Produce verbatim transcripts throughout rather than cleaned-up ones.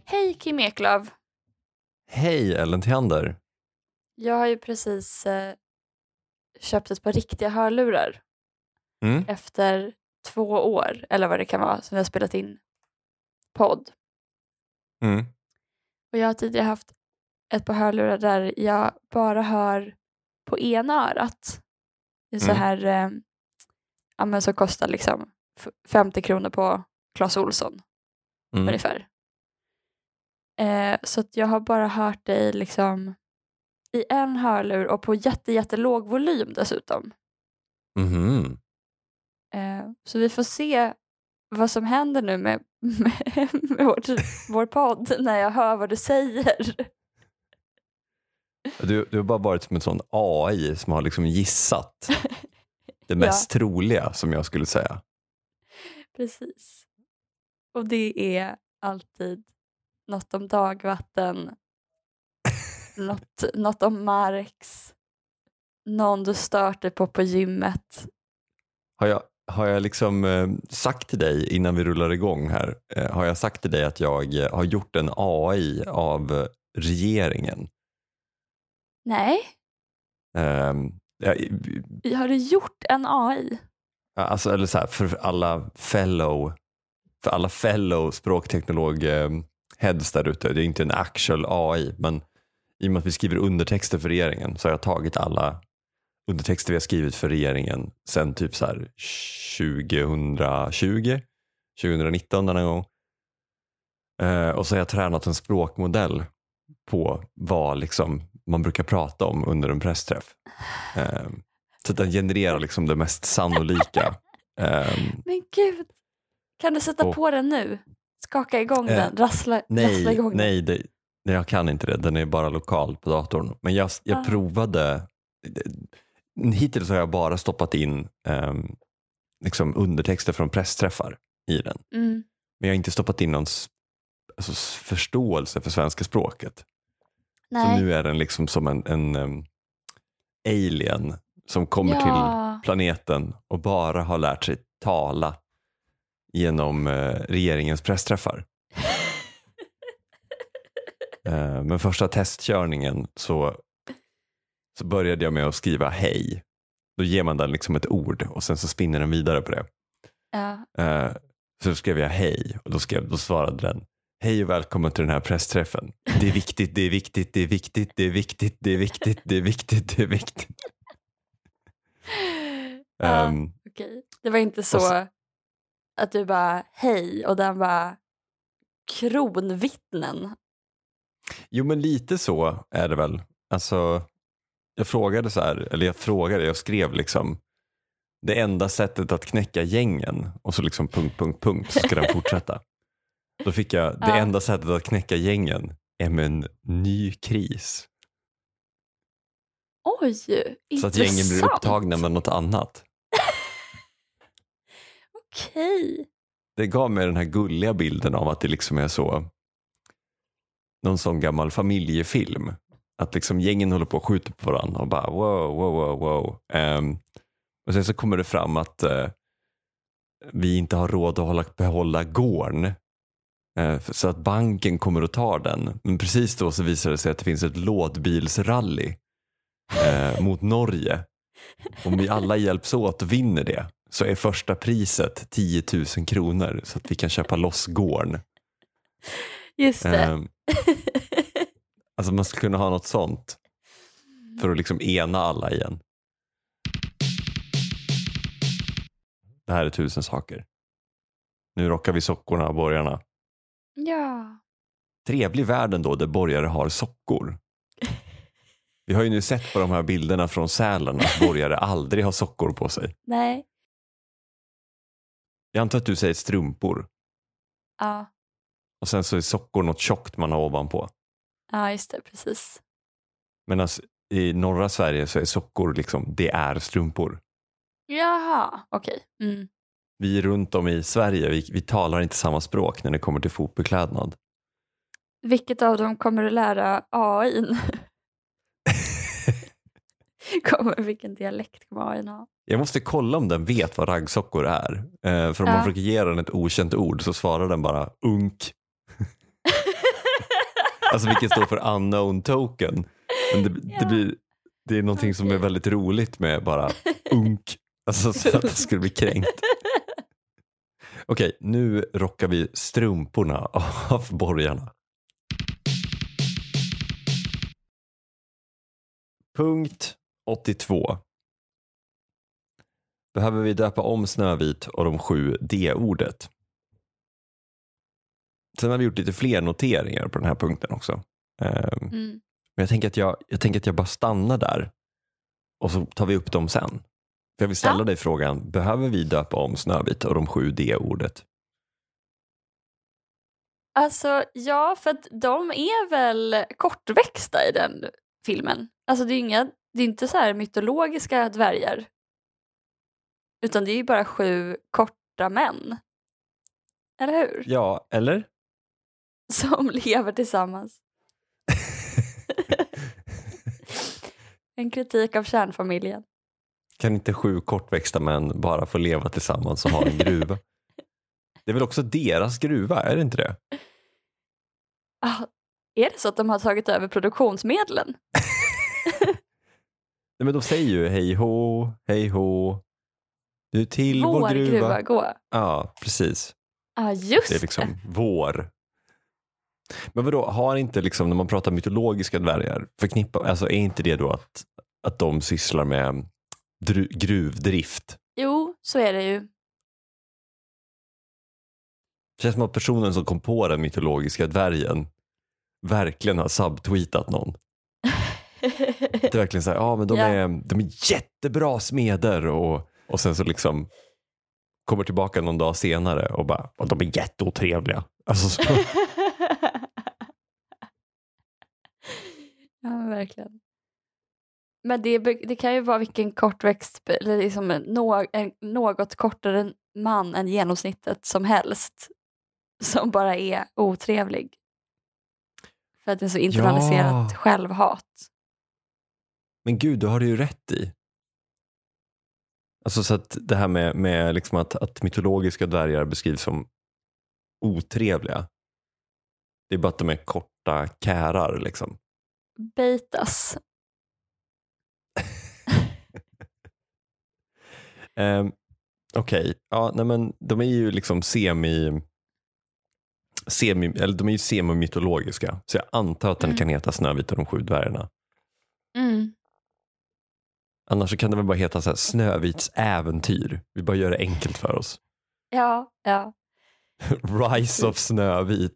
Hej Kim Eklöf. Hej Ellen Theander. Jag har ju precis eh, köpt ett par riktiga hörlurar. Mm. Efter två år, eller vad det kan vara, som vi har spelat in podd. Mm. Och jag har tidigare haft ett par hörlurar där jag bara hör på ena örat. Det är så Mm. här, eh, ja men så kostar liksom femtio kronor på Clas Ohlson. Mm. Ungefär. Eh, så att jag har bara hört dig liksom i en hörlur och på jätte, jättelåg volym dessutom. Mhm. Eh, så vi får se vad som händer nu med, med, med vårt, vår podd när jag hör vad du säger. Du, du har bara varit som en sån A I som har liksom gissat det mest troliga, som jag skulle säga. Precis. Och det är alltid något om dagvatten, något, något om Marx, någon du stört dig på på gymmet. Har jag, har jag liksom eh, sagt till dig innan vi rullar igång här, eh, har jag sagt till dig att jag eh, har gjort en A I av eh, regeringen? Nej, Ehm, jag, har du gjort en A I? alltså, eller så här, för alla fellow för alla fellow språkteknolog eh, heads där ute, det är inte en actual A I, men i och med att vi skriver undertexter för regeringen så har jag tagit alla undertexter vi har skrivit för regeringen sen typ så här tjugohundratjugo tjugonitton denna gång. Eh, och så har jag tränat en språkmodell på vad liksom man brukar prata om under en pressträff. Eh, så att den genererar liksom det mest sannolika. Eh, Men gud, kan du sätta och, på den nu? Skaka igång eh, den, rassla, nej, rassla igång nej, det, nej, jag kan inte det. Den är bara lokal på datorn. Men jag, jag Ah. provade. Hittills har jag bara stoppat in eh, liksom undertexter från pressträffar i den. Mm. Men jag har inte stoppat in någon alltså, förståelse för svenska språket. Nej. Så nu är den liksom som en, en um, alien som kommer Ja. till planeten och bara har lärt sig tala genom uh, regeringens pressträffar. uh, men första testkörningen så, så började jag med att skriva hej. Då ger man den liksom ett ord och sen så spinner den vidare på det. Ja. Uh, så skrev jag hej och då, skrev, då svarade den: hej och välkommen till den här pressträffen. Det är viktigt, det är viktigt, det är viktigt, det är viktigt, det är viktigt, det är viktigt, det är viktigt. Ja, um, okej. Det var inte så, så att du bara hej och den bara kronvittnen. Jo, men lite så är det väl. Alltså, jag frågade så här, eller jag frågade, jag skrev liksom det enda sättet att knäcka gängen och så liksom punkt, punkt, punkt så ska den fortsätta. Då fick jag, det Ja. enda sättet att knäcka gängen är med en ny kris. Oj, intressant. Så att gängen blir upptagna med något annat. Okej. Det gav mig den här gulliga bilden av att det liksom är så någon sån gammal familjefilm. Att liksom gängen håller på att skjuta på varandra och bara wow, wow, wow, wow. Um, och sen så kommer det fram att uh, vi inte har råd att hålla, behålla gården. Uh, så att banken kommer att ta den. Men precis då så visar det sig att det finns ett lådbilsrally uh, mot Norge. Om vi alla hjälps åt och vinner det så är första priset tio tusen kronor så att vi kan köpa loss gården. Just det. Um, alltså man skulle kunna ha något sånt för att liksom ena alla igen. Det här är tusen saker. Nu rockar vi sockorna av borgarna. Ja. Trevlig världen då där borgare har sockor. Vi har ju nu sett på de här bilderna från Sälen att borgare aldrig har sockor på sig. Nej. Jag antar att du säger strumpor. Ja. Och sen så är sockor något tjockt man har ovanpå. Ja, just det, precis. Medan i norra Sverige så är sockor liksom, det är strumpor. Jaha, okej. Mm. Vi runt om i Sverige, vi, vi talar inte samma språk när det kommer till fotbeklädnad. Vilket av dem kommer du lära A I? kommer, vilken dialekt kommer A I ha? Jag måste kolla om den vet vad raggsockor är. Eh, för om Ja. man försöker ge den ett okänt ord så svarar den bara unk. Alltså vilket står för unknown token. Men det, Ja. det, blir, det är någonting som är väldigt roligt med bara unk. Alltså så att det skulle bli kränkt. Okej, nu rockar vi strumporna av borgarna. Punkt åttiotvå. Behöver vi döpa om Snövit och de sju D-ordet? Sen har vi gjort lite fler noteringar på den här punkten också. Um, Mm. Men jag tänker, att jag, jag tänker att jag bara stannar där. Och så tar vi upp dem sen. För jag vill ställa Ja. dig frågan. Behöver vi döpa om Snövit och de sju D-ordet? Alltså ja, för att de är väl kortväxta i den filmen. Alltså det är, inga, det är inte så här mytologiska dvärgar. Utan det är ju bara sju korta män. Eller hur? Ja, eller? Som lever tillsammans. En kritik av kärnfamiljen. Kan inte sju kortväxta män bara få leva tillsammans och ha en gruva? Det är väl också deras gruva, är det inte det? Ah, är det så att de har tagit över produktionsmedlen? Nej, men de säger ju hej hå, hej hå. Du till Vår vår gruva. gruva gå. Ja, precis. Ja, ah, just Det är liksom vår. Men vadå, har inte liksom när man pratar mytologiska dvärgar förknippa, alltså är inte det då att, att de sysslar med dru, gruvdrift? Jo, så är det ju. Det känns som att personen som kom på den mytologiska dvärgen verkligen har subtweetat någon. Det är verkligen så här, ja men de, Ja. är, de är jättebra smeder och, och sen så liksom kommer tillbaka någon dag senare och bara, och de är jätteotrevliga. Alltså så. Ja, men verkligen. Men det, det kan ju vara vilken kortväxt, eller liksom no, en något kortare man än genomsnittet som helst. Som bara är otrevlig. För att det är så internaliserat Ja. självhat. Men gud, du har det ju rätt i. Alltså så att det här med, med liksom att, att mytologiska dvärgar beskrivs som otrevliga. Det är bara att de är korta kärar liksom. Beitas. um, Okej, okay. Ja, nej men de är ju liksom semi, semi eller de är ju semi-mytologiska. Så jag antar att den Mm. kan heta Snövit och de sju dvärgarna. Mm. Annars så kan det väl bara heta så här, Snövits äventyr. Vi bara gör det enkelt för oss. Ja, ja. Rise of Snövit.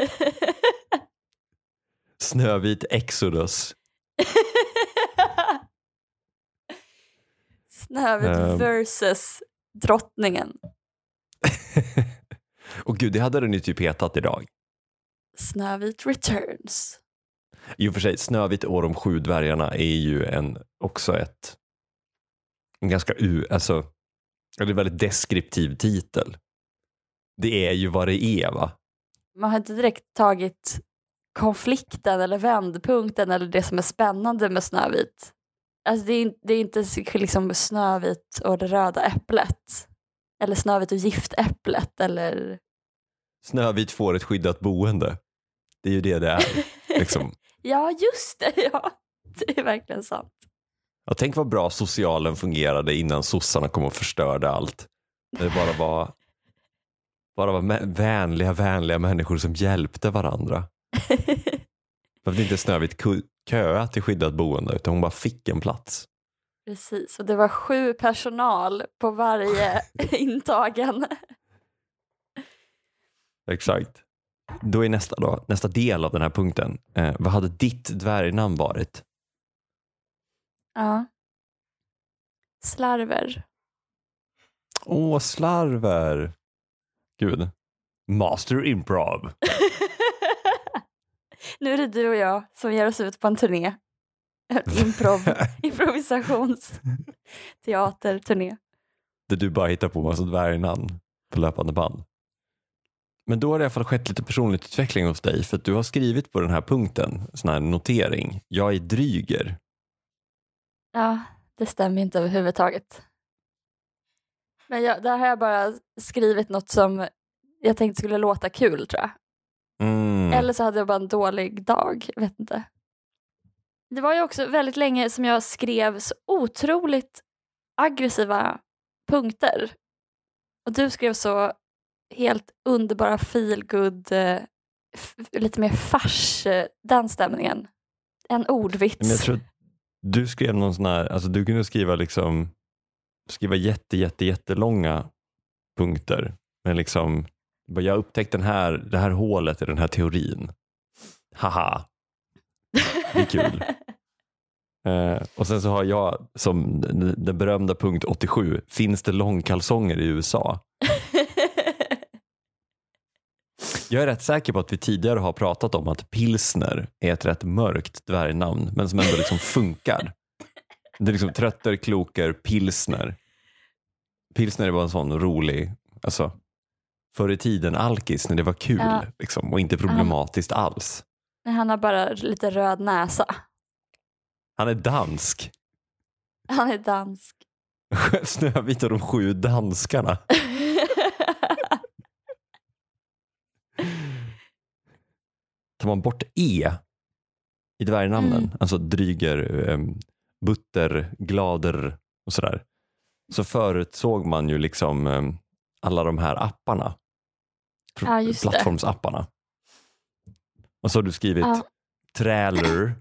Snövit Exodus. Snövit Um. versus drottningen. Och gud, det hade den ju typ hetat idag. Snövit returns. I och för sig, Snövit och de sju dvärgarna är ju en, också ett en ganska u, alltså en väldigt deskriptiv titel. Det är ju vad det är, va? Man har inte direkt tagit konflikten eller vändpunkten eller det som är spännande med Snövit. Alltså det är, det är inte liksom Snövit och det röda äpplet. Eller Snövit och giftäpplet eller... Snövit får ett skyddat boende. Det är ju det det är. Liksom. Ja, just det. Ja. Det är verkligen sant. Jag tänk vad bra socialen fungerade innan sossarna kom och förstörde allt. Det bara var, bara var mä- vänliga, vänliga människor som hjälpte varandra. Behövde inte Snövit ku- köa till skyddat boende utan hon bara fick en plats. Precis, och det var sju personal på varje intagen. Exakt. Då är nästa, då, nästa del av den här punkten. Eh, vad hade ditt dvärgnamn varit? Ja. Slarver. Åh, slarver. Gud. Master improv. Nu är det du och jag som ger oss ut på en turné. En improv, improvisationsteaterturné. Där du bara hittar på massa dvärgnamn på löpande band. Men då har det i alla fall skett lite personlig utveckling hos dig. För att du har skrivit på den här punkten, sån här notering. Jag är dryger. Ja, det stämmer inte överhuvudtaget. Men jag, där har jag bara skrivit något som jag tänkte skulle låta kul, tror jag. Mm. Eller så hade jag bara en dålig dag, jag vet inte. Det var ju också väldigt länge som jag skrev så otroligt aggressiva punkter. Och du skrev så helt underbara feelgood, eh, f- lite mer fars, eh, den stämningen. En ordvits. Men jag tror att du skrev någon sån här, alltså du kunde skriva liksom, skriva jätte, jätte, jättelånga punkter. Men liksom, jag upptäckte den här, det här hålet i den här teorin. Haha. Det är kul. eh, och sen så har jag som den berömda punkt åttiosju, finns det långkalsonger i U S A? Jag är rätt säker på att vi tidigare har pratat om att pilsner är ett rätt mörkt dvärgnamn, men som ändå liksom funkar. Det är liksom trötter, kloker, pilsner. Pilsner är bara en sån rolig, alltså förr i tiden alkis när det var kul Ja. liksom, och inte problematiskt alls. Han har bara lite röd näsa. Han är dansk. Han är dansk. Snövit och de sju danskarna. Tar man bort E i dvärgnamnen, Mm. alltså dryger, um, butter, glader och sådär, så förutsåg man ju liksom um, alla de här apparna. Pr- Ja, just det. plattformsapparna. Och så har du skrivit Ja. trailer,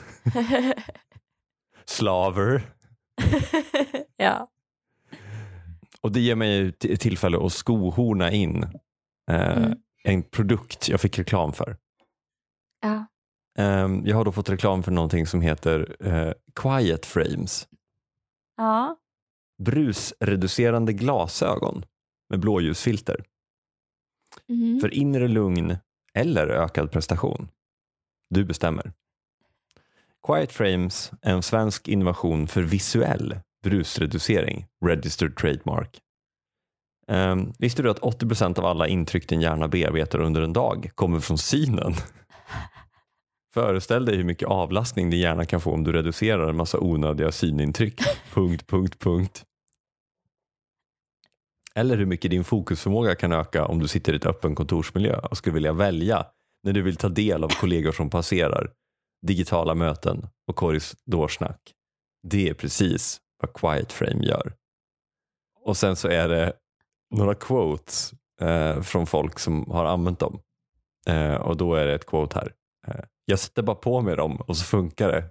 slaver. Ja. Och det ger mig t- tillfälle att skohorna in eh, Mm. en produkt jag fick reklam för. Ja. Um, jag har då fått reklam för någonting som heter uh, Quiet Frames. Ja. Brusreducerande glasögon med blåljusfilter. Mm. För inre lugn eller ökad prestation. Du bestämmer. Quiet Frames är en svensk innovation för visuell brusreducering. Registered trademark. Um, visste du att åttio procent av alla intryck din hjärna bearbetar under en dag kommer från synen? Föreställ dig hur mycket avlastning din hjärna kan få om du reducerar en massa onödiga synintryck. Punkt, punkt, punkt. Eller hur mycket din fokusförmåga kan öka om du sitter i ett öppen kontorsmiljö och skulle vilja välja när du vill ta del av kollegor som passerar, digitala möten och korridorsnack. Det är precis vad Quiet Frame gör. Och sen så är det några quotes eh, från folk som har använt dem. Eh, och då är det ett quote här. Eh, jag sätter bara på med dem och så funkar det.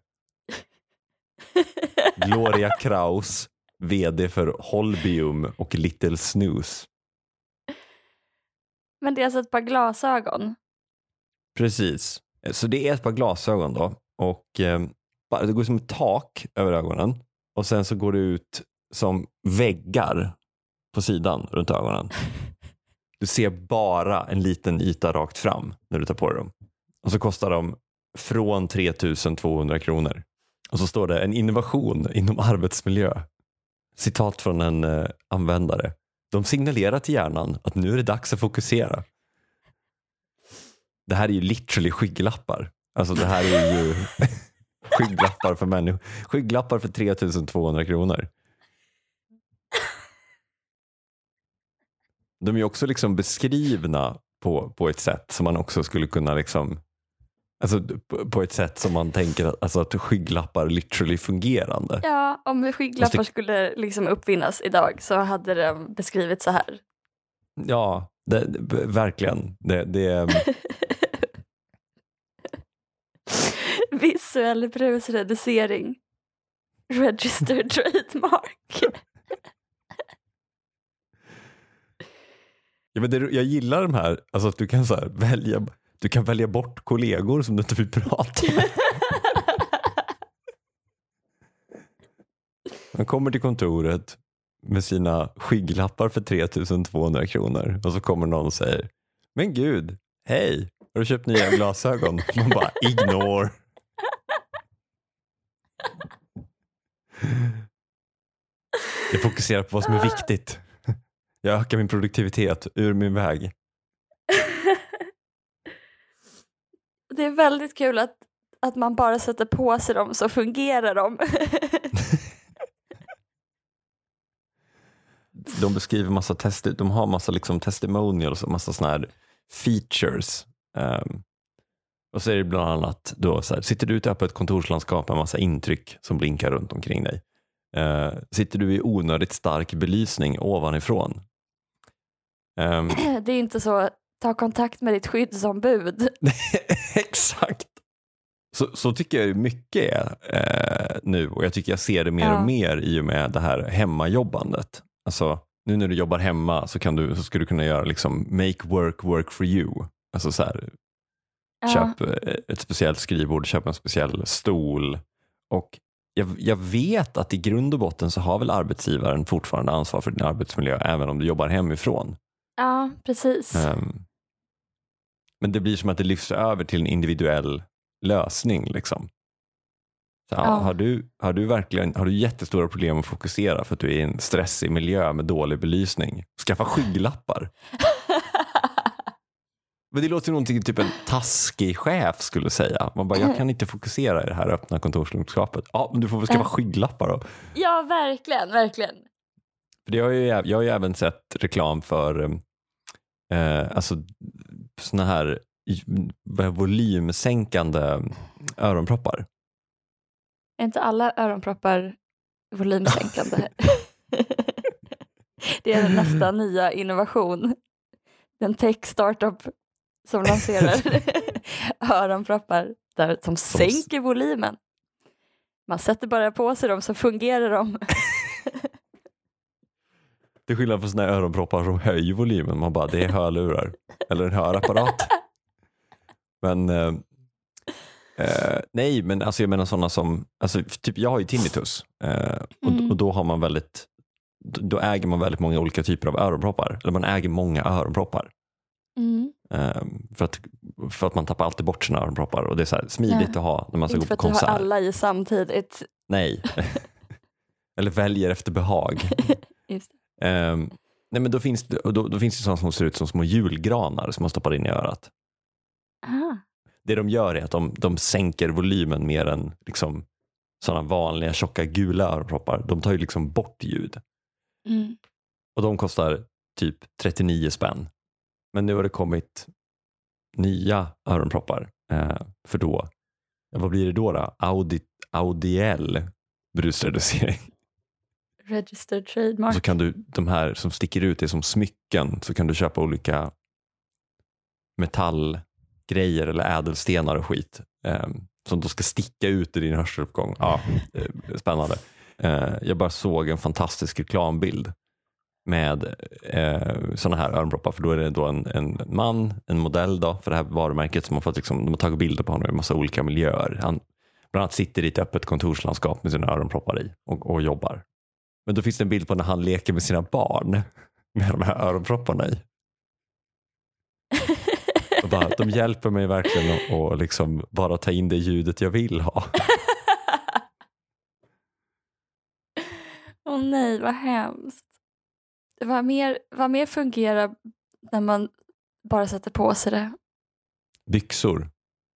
Gloria Kraus, vd för Holbium och Little Snooze. Men det är alltså ett par glasögon. Precis. Så det är ett par glasögon då. Och eh, det går som ett tak över ögonen. Och sen så går det ut som väggar på sidan runt ögonen. Du ser bara en liten yta rakt fram när du tar på dig dem. Och så kostar de från tre tusen tvåhundra kronor. Och så står det en innovation inom arbetsmiljö. Citat från en eh, användare. De signalerar till hjärnan att nu är det dags att fokusera. Det här är ju literally skygglappar. Alltså det här är ju skygglappar för människor. Skygglappar för tre tusen tvåhundra kronor. De är ju också liksom beskrivna på, på ett sätt som man också skulle kunna liksom, alltså på ett sätt som man tänker att, alltså att skygglappar literally fungerande. Ja, om skygglappar det... skulle liksom uppfinnas idag så hade de beskrivit så här. Ja, det, det, verkligen. Det, det... Visuell brusreducering. Registered trademark. Ja, men det, jag gillar de här, alltså att du kan så här välja, du kan välja bort kollegor som du inte vill prata med. Man kommer till kontoret med sina skygglappar för tre tusen tvåhundra kronor och så kommer någon och säger, men gud, hej, har du köpt nya glasögon? Man bara, ignore. Jag fokuserar på vad som är viktigt. Jag ökar min produktivitet ur min väg. Det är väldigt kul att, att man bara sätter på sig dem så fungerar de. De beskriver massa test, de har massa liksom testimonials och massa såna här features Um, och så är det bland annat då så här, sitter du ute på ett kontorslandskap med en massa intryck som blinkar runt omkring dig. Uh, sitter du i onödigt stark belysning ovanifrån. Um, det är inte så, ta kontakt med ditt skyddsombud. Exakt. Så, så tycker jag mycket är eh, nu, och jag tycker jag ser det mer ja. och mer i och med det här hemmajobbandet. Alltså nu när du jobbar hemma så, kan du, så ska du kunna göra liksom make work work for you. Alltså så här, ja. köp ett speciellt skrivbord, köp en speciell stol. Och jag, jag vet att i grund och botten så har väl arbetsgivaren fortfarande ansvar för din arbetsmiljö även om du jobbar hemifrån. Ja, precis. Um, men det blir som att det lyfts över till en individuell lösning liksom. Så, ja. har, du, har du verkligen har du jättestora problem att fokusera för att du är i en stressig miljö med dålig belysning? Skaffa skygglappar. Men det låter ju någonting typ en taskig chef skulle säga. Man bara, jag kan inte fokusera i det här öppna kontorslandskapet. Ja, men du får väl skaffa skygglappar då. Ja, verkligen, verkligen. För det har ju, jag har ju även sett reklam för eh, alltså såna här volymsänkande öronproppar. Är inte alla öronproppar volymsänkande? Det är nästa nya innovation. Den tech-startup som lanserar öronproppar där, som sänker volymen. Man sätter bara på sig dem så fungerar de. Det är skillnad på såna här öronproppar som höjer volymen. Man bara, det är hörlurar. Eller en hörapparat. Men eh, eh, nej, men alltså jag menar sådana som, alltså typ jag har ju tinnitus. Eh, och, mm. och då har man väldigt, då äger man väldigt många olika typer av öronproppar. Eller man äger många öronproppar. Mm. Eh, för, att, för att man tappar alltid bort sina öronproppar. Och det är så här smidigt ja. att ha när man ska inte gå på konsert. Inte för att du har alla i samtidigt. Nej. Eller väljer efter behag. Just det. Um, nej men då finns det, då, då finns det sådana som ser ut som små julgranar som man stoppar in i örat. Aha. Det de gör är att de, de sänker volymen mer än liksom sådana vanliga tjocka gula öronproppar. De tar ju liksom bort ljud. Mm. Och de kostar typ trettionio spänn. Men nu har det kommit nya öronproppar. Eh, för då, vad blir det då då? Audi, Audiell brusreducering. Registered trademark. Och så kan du, de här som sticker ut är som smycken, så kan du köpa olika metallgrejer eller ädelstenar och skit eh, som då ska sticka ut i din hörseluppgång. Ja, eh, spännande. Eh, jag bara såg en fantastisk reklambild med eh, sådana här öronproppar, för då är det då en, en man, en modell då, för det här varumärket som har fått liksom, de har tagit bilder på honom i en massa olika miljöer. Han bland annat sitter i ett öppet kontorslandskap med sina öronproppar i och, och jobbar. Men då finns det en bild på när han leker med sina barn med de här öronpropparna i. Och bara, de hjälper mig verkligen att och liksom bara ta in det ljudet jag vill ha. Åh oh, nej, vad hemskt. Vad mer, vad mer fungerar när man bara sätter på sig det? Byxor.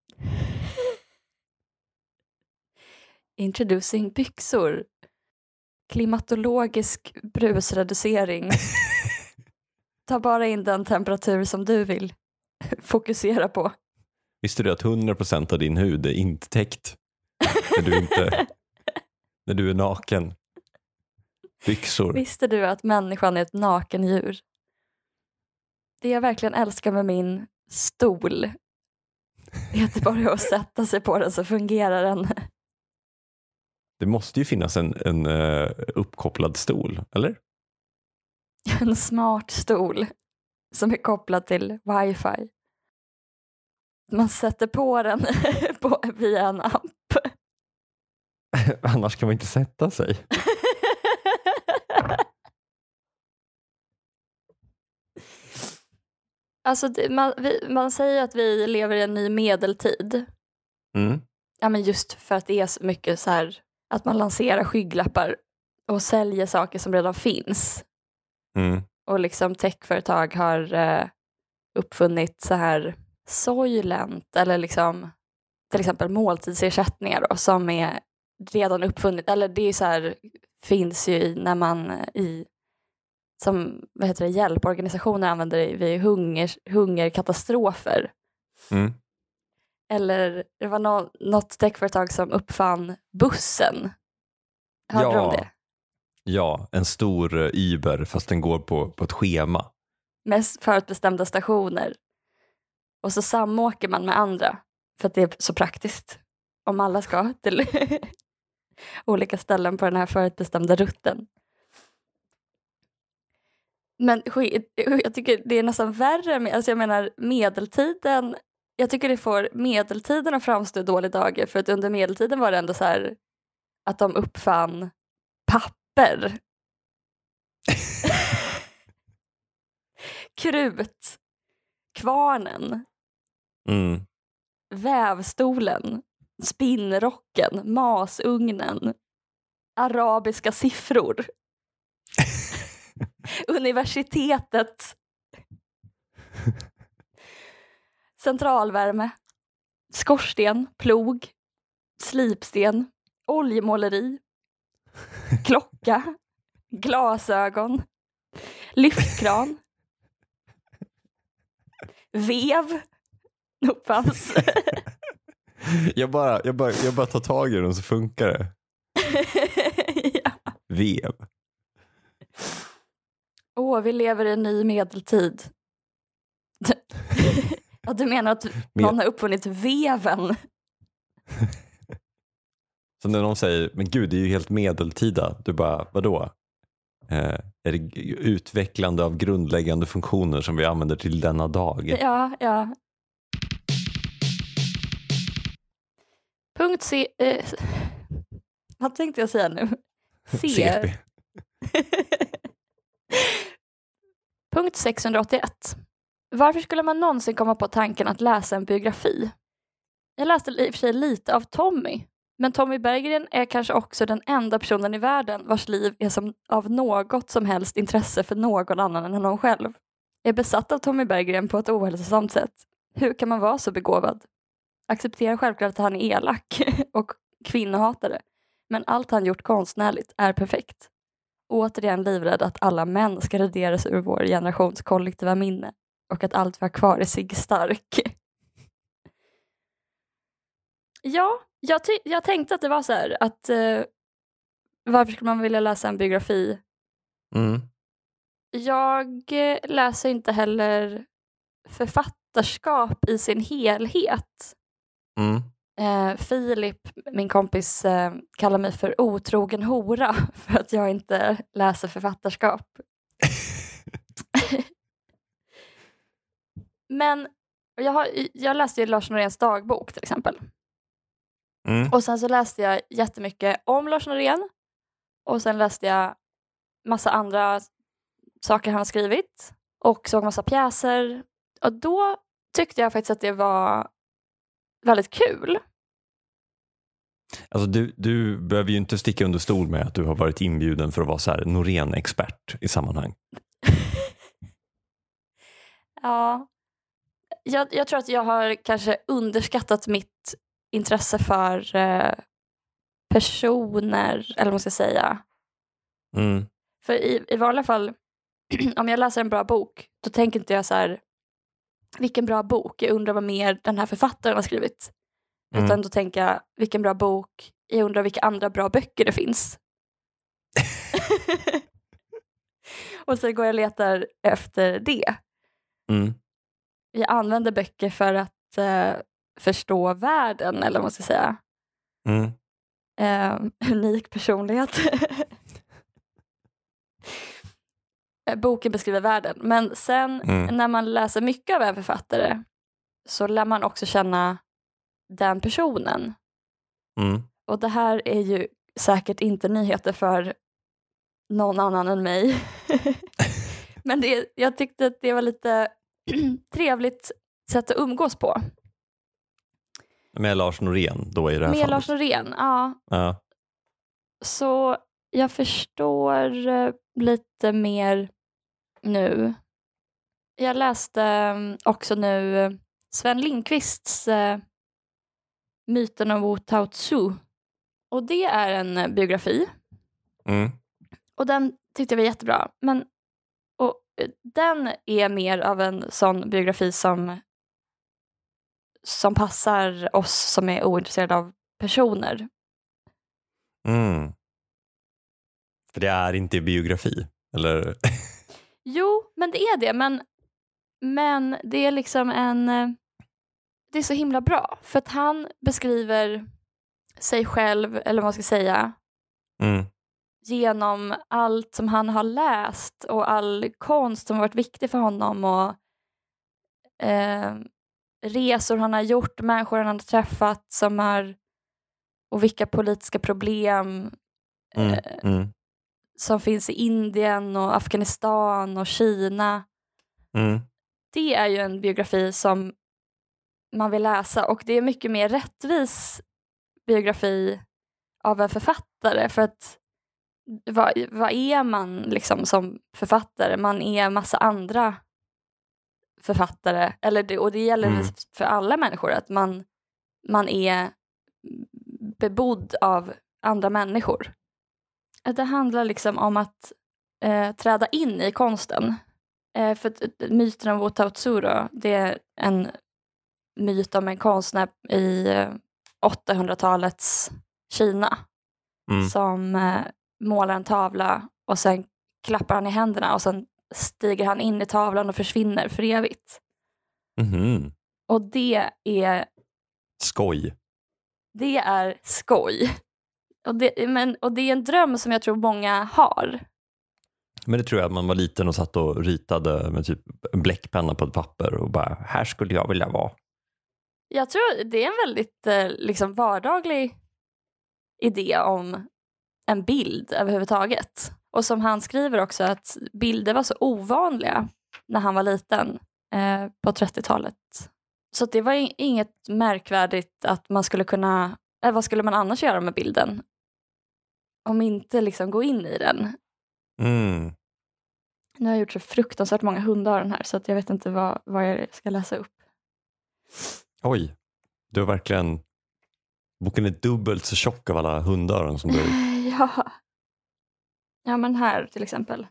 Introducing byxor. Klimatologisk brusreducering. Ta bara in den temperatur som du vill fokusera på. Visste du att hundra procent av din hud är inte täckt när du, inte, när du är naken? Byxor. Visste du att människan är ett nakendjur? Det jag verkligen älskar med min stol är att det bara är att sätta sig på den så fungerar den. Det måste ju finnas en, en uh, uppkopplad stol, eller? En smart stol som är kopplad till wifi. Man sätter på den på, via en app. Annars kan man inte sätta sig. Alltså det, man, vi, man säger att vi lever i en ny medeltid. Mm. Ja, men just för att det är så mycket så här att man lanserar skygglappar och säljer saker som redan finns. Mm. Och liksom techföretag har eh, uppfunnit så här Soylent eller liksom till exempel måltidsersättningar då, som är redan uppfunnit, eller det är så här, finns ju i, när man i som vad heter det, hjälporganisationer använder det vid hunger, hungerkatastrofer. Mm. Eller det var no- något techföretag som uppfann bussen. Hörde du om det? Ja, en stor uh, Uber fast den går på, på ett schema. Med förutbestämda stationer. Och så samåker man med andra. För att det är så praktiskt. Om alla ska till olika ställen på den här förutbestämda rutten. Men jag tycker det är nästan värre. Med, alltså jag menar medeltiden. Jag tycker det får medeltiden att framstå dålig dagar. För att under medeltiden var det ändå så här. Att de uppfann papper. Krut. Kvarnen. Mm. Vävstolen. Spinnrocken. Masugnen. Arabiska siffror. Universitetet. Centralvärme. Skorsten. Plog. Slipsten. Oljemåleri. Klocka. Glasögon. Lyftkran. Vev. Uppfanns. jag, bara, jag, bara, jag bara tar tag i den så funkar det. Ja. Vev. Åh, oh, vi lever i en ny medeltid. Ja, du menar att någon har uppfunnit veven? Så när någon säger, men gud, det är ju helt medeltida. Du bara, vadå? Eh, är det utvecklande av grundläggande funktioner som vi använder till denna dag? Ja, ja. Punkt C... Eh, vad tänkte jag säga nu? C. C P. Punkt sexhundraåttioett. Varför skulle man någonsin komma på tanken att läsa en biografi? Jag läste i och för sig lite av Tommy. Men Tommy Berggren är kanske också den enda personen i världen vars liv är som av något som helst intresse för någon annan än honom själv. Jag är besatt av Tommy Berggren på ett ohälsosamt sätt. Hur kan man vara så begåvad? Accepterar självklart att han är elak och kvinnohatare. Men allt han gjort konstnärligt är perfekt. Återigen livrädd att alla män ska raderas ur vår generations kollektiva minne. Och att allt var kvar är sig stark. Ja, jag, ty- jag tänkte att det var så här. Att, uh, varför skulle man vilja läsa en biografi? Mm. Jag uh, läser inte heller författarskap i sin helhet. Mm. Uh, Filip, min kompis, uh, kallar mig för otrogen hora. För att jag inte läser författarskap. Men jag, har, jag läste ju Lars Noréns dagbok till exempel. Mm. Och sen så läste jag jättemycket om Lars Norén. Och sen läste jag massa andra saker han har skrivit. Och såg massa pjäser. Och då tyckte jag faktiskt att det var väldigt kul. Alltså du, du behöver ju inte sticka under stol med att du har varit inbjuden för att vara så här Norén-expert i sammanhang. Ja. Jag, jag tror att jag har kanske underskattat mitt intresse för eh, personer, eller vad man ska säga. Mm. För i, i vanliga fall, om jag läser en bra bok, då tänker inte jag så här, vilken bra bok, jag undrar vad mer den här författaren har skrivit. Mm. Utan då tänker jag, vilken bra bok, jag undrar vilka andra bra böcker det finns. Och så går jag och letar efter det. Mm. Jag använder böcker för att eh, förstå världen, eller vad man ska säga. Mm. Eh, unik personlighet. Boken beskriver världen. Men sen mm. när man läser mycket av en författare så lär man också känna den personen. Mm. Och det här är ju säkert inte nyheter för någon annan än mig. Men det, jag tyckte att det var lite trevligt sätt att umgås på. Med Lars Norén då i det här Med fallet. Lars Norén, ja. ja. Så jag förstår lite mer nu. Jag läste också nu Sven Lindqvists uh, Myten om Wu Tao Tzu. Och det är en biografi. Mm. Och den tyckte jag var jättebra. Men och, den är mer av en sån biografi som som passar oss som är ointresserade av personer. Mm. För det är inte biografi, eller? Jo, men det är det. Men, men det är liksom en... Det är så himla bra. För att han beskriver sig själv, eller vad man ska säga, Mm. genom allt som han har läst och all konst som har varit viktig för honom och eh, resor han har gjort, människor han har träffat som har, och vilka politiska problem Mm. eh, Mm. som finns i Indien och Afghanistan och Kina. Mm. Det är ju en biografi som man vill läsa, och det är mycket mer rättvis biografi av en författare, för att vad, vad är man liksom som författare? Man är massa andra författare, eller det, och det gäller Mm. för alla människor, att man, man är bebodd av andra människor. Att det handlar liksom om att eh, träda in i konsten. Eh, för att, myten om Wu Tao-Tsuru, det är en myt om en konstnär i eh, åttahundratalets Kina Mm. som eh, målar en tavla och sen klappar han i händerna och sen stiger han in i tavlan och försvinner för evigt. Mhm. Och det är Skoj. det är skoj. Och det, men, och det är en dröm som jag tror många har. Men det tror jag att man var liten och satt och ritade med typ en bläckpenna på ett papper och bara, här skulle jag vilja vara. Jag tror det är en väldigt eh, liksom vardaglig idé om en bild överhuvudtaget. Och som han skriver också, att bilder var så ovanliga när han var liten eh, på trettiotalet. Så det var in- inget märkvärdigt att man skulle kunna, eh, vad skulle man annars göra med bilden? Om inte liksom gå in i den. Mm. Nu har jag gjort så fruktansvärt många hundöron här, så att jag vet inte vad, vad jag ska läsa upp. Oj, du har verkligen, boken är dubbelt så tjock av alla hundöron som du har. Ja. Ja, men här till exempel.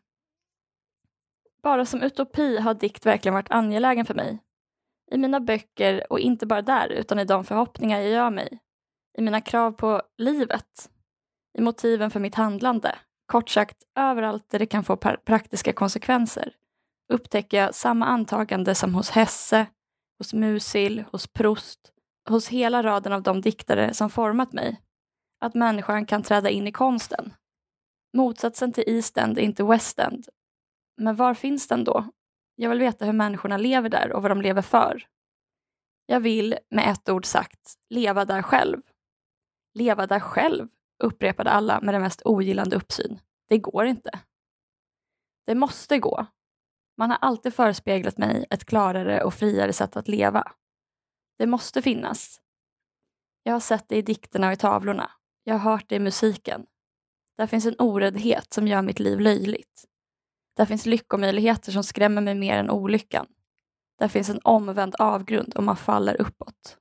Bara som utopi har dikt verkligen varit angelägen för mig. I mina böcker, och inte bara där, utan i de förhoppningar jag gör mig. I mina krav på livet. I motiven för mitt handlande. Kort sagt, överallt där det kan få par- praktiska konsekvenser upptäcker jag samma antagande som hos Hesse, hos Musil, hos Proust, hos hela raden av de diktare som format mig. Att människan kan träda in i konsten. Motsatsen till East End är inte West End. Men var finns den då? Jag vill veta hur människorna lever där och vad de lever för. Jag vill, med ett ord sagt, leva där själv. Leva där själv, upprepade alla med den mest ogillande uppsyn. Det går inte. Det måste gå. Man har alltid förespeglat mig ett klarare och friare sätt att leva. Det måste finnas. Jag har sett det i dikterna och i tavlorna. Jag har hört det i musiken. Där finns en oräddhet som gör mitt liv löjligt. Där finns lyckomöjligheter som skrämmer mig mer än olyckan. Där finns en omvänd avgrund och man faller uppåt.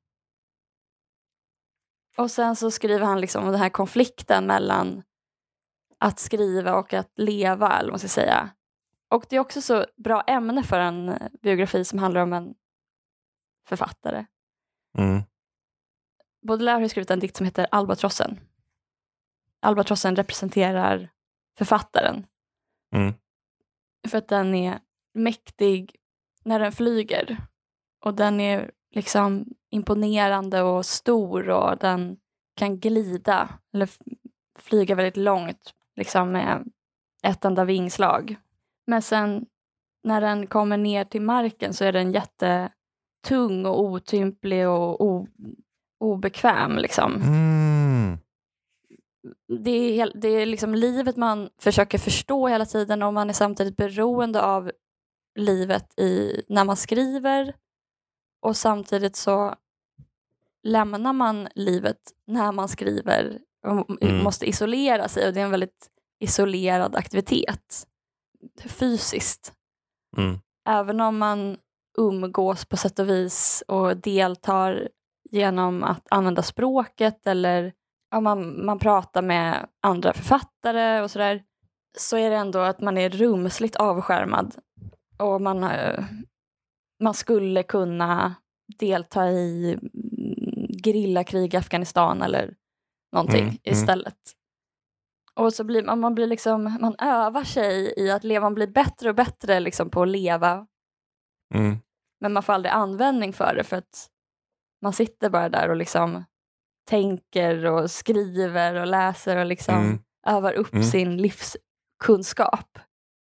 Och sen så skriver han liksom om den här konflikten mellan att skriva och att leva, eller vad man ska säga. Och det är också så bra ämne för en biografi som handlar om en författare. Mm. Baudelaire har skrivit en dikt som heter Albatrossen. Albatrossen representerar författaren. Mm. För att den är mäktig när den flyger. Och den är liksom imponerande och stor, och den kan glida eller flyga väldigt långt liksom med ett enda vingslag. Men sen när den kommer ner till marken så är den jättetung och otymplig och o- obekväm liksom. Mm. Det är, hel- det är liksom livet man försöker förstå hela tiden, och man är samtidigt beroende av livet i, när man skriver, och samtidigt så lämnar man livet när man skriver och Mm. måste isolera sig, och det är en väldigt isolerad aktivitet fysiskt. Mm. Även om man umgås på sätt och vis och deltar genom att använda språket, eller ja, man, man pratar med andra författare och sådär, så är det ändå att man är rumsligt avskärmad, och man, man skulle kunna delta i mm, gerillakrig i Afghanistan eller någonting Mm, mm. istället. Och så blir man, man blir liksom, man övar sig i att leva, man blir bättre och bättre liksom på att leva. Mm. Men man får aldrig användning för det för att man sitter bara där och liksom tänker och skriver och läser och liksom Mm. övar upp Mm. sin livskunskap.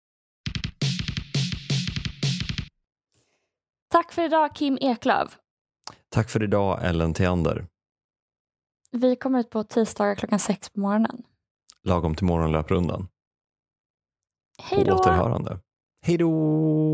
Tack för idag, Kim Eklöf. Tack för idag, Ellen Theander. Vi kommer ut på tisdagar klockan sex på morgonen. Lagom till morgonlöprundan. Hej då! Återhörande. Hej då!